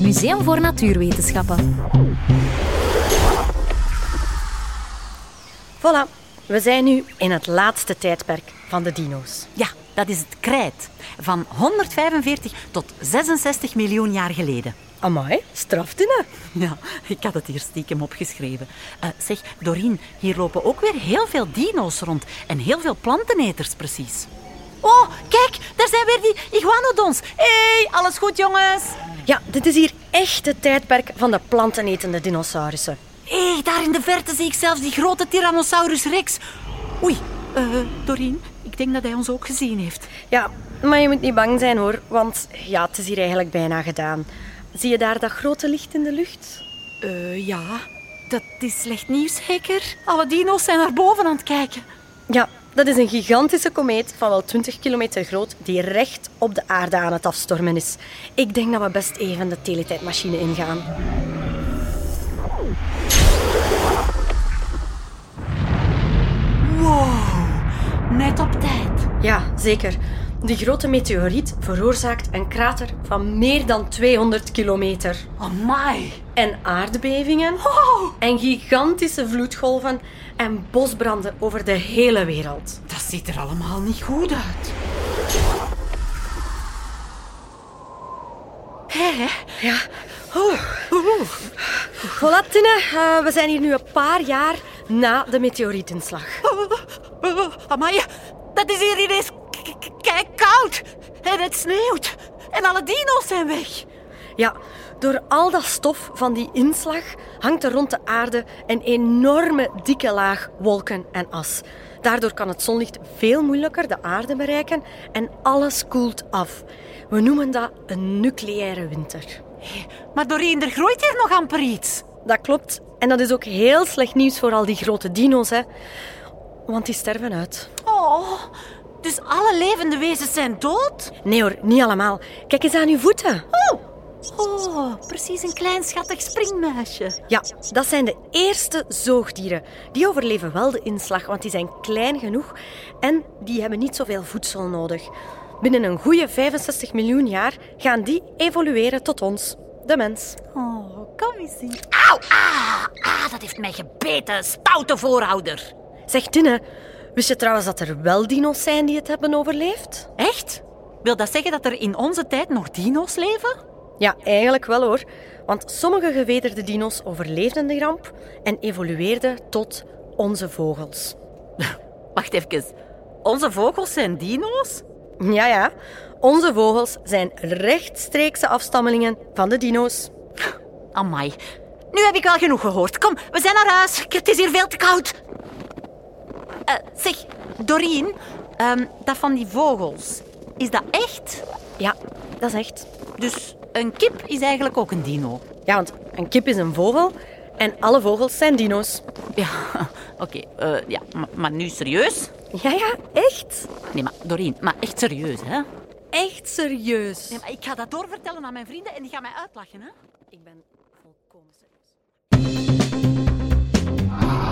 Museum voor Natuurwetenschappen. Voilà, we zijn nu in het laatste tijdperk van de dino's. Ja, dat is het krijt. Van 145 tot 66 miljoen jaar geleden. Amai, straf, Tine. Ja, ik had het hier stiekem opgeschreven. Zeg, Dorien, hier lopen ook weer heel veel dino's rond. En heel veel planteneters, precies. Oh, kijk, daar zijn weer die iguanodons. Hé, alles goed, jongens? Ja, dit is hier echt het tijdperk van de plantenetende dinosaurussen. Hé, daar in de verte zie ik zelfs die grote Tyrannosaurus rex. Oei, Dorien, ik denk dat hij ons ook gezien heeft. Ja, maar je moet niet bang zijn hoor, want ja, het is hier eigenlijk bijna gedaan. Zie je daar dat grote licht in de lucht? Ja, dat is slecht nieuws, zeker? Alle dino's zijn naar boven aan het kijken. Ja, dat is een gigantische komeet van wel 20 kilometer groot die recht op de aarde aan het afstormen is. Ik denk dat we best even de teletijdmachine ingaan. Wow, net op tijd. Ja, zeker. Die grote meteoriet veroorzaakt een krater van meer dan 200 kilometer. Amai. En aardbevingen. Wow. En gigantische vloedgolven en bosbranden over de hele wereld. Dat ziet er allemaal niet goed uit. Hé? Ja. Voilà, Tine. We zijn hier nu een paar jaar na de meteorietinslag. Amai, dat is hier ineens kijk koud. En het sneeuwt. En alle dino's zijn weg. Ja, door al dat stof van die inslag hangt er rond de aarde een enorme dikke laag wolken en as. Daardoor kan het zonlicht veel moeilijker de aarde bereiken en alles koelt af. We noemen dat een nucleaire winter. Hey, maar Doreen, er groeit hier nog amper iets. Dat klopt. En dat is ook heel slecht nieuws voor al die grote dino's, hè. Want die sterven uit. Oh, dus alle levende wezens zijn dood? Nee hoor, niet allemaal. Kijk eens aan uw voeten. Oh, precies een klein schattig springmuisje. Ja, dat zijn de eerste zoogdieren. Die overleven wel de inslag, want die zijn klein genoeg en die hebben niet zoveel voedsel nodig. Binnen een goede 65 miljoen jaar gaan die evolueren tot ons, de mens. Oh, kom eens hier. Auw, dat heeft mij gebeten, stoute voorouder. Zeg Tine, wist je trouwens dat er wel dino's zijn die het hebben overleefd? Echt? Wil dat zeggen dat er in onze tijd nog dino's leven? Ja, eigenlijk wel hoor. Want sommige gevederde dino's overleefden de ramp en evolueerden tot onze vogels. Wacht even. Onze vogels zijn dino's? Ja. Onze vogels zijn rechtstreekse afstammelingen van de dino's. Amai. Nu heb ik wel genoeg gehoord. Kom, we zijn naar huis. Het is hier veel te koud. Zeg, Doreen, dat van die vogels, is dat echt? Ja, dat is echt. Dus een kip is eigenlijk ook een dino? Ja, want een kip is een vogel en alle vogels zijn dino's. Ja, oké. Maar nu serieus? Ja, echt. Nee, maar Doreen, maar echt serieus, hè? Echt serieus. Nee, maar ik ga dat doorvertellen aan mijn vrienden en die gaan mij uitlachen, hè? Ik ben volkomen serieus.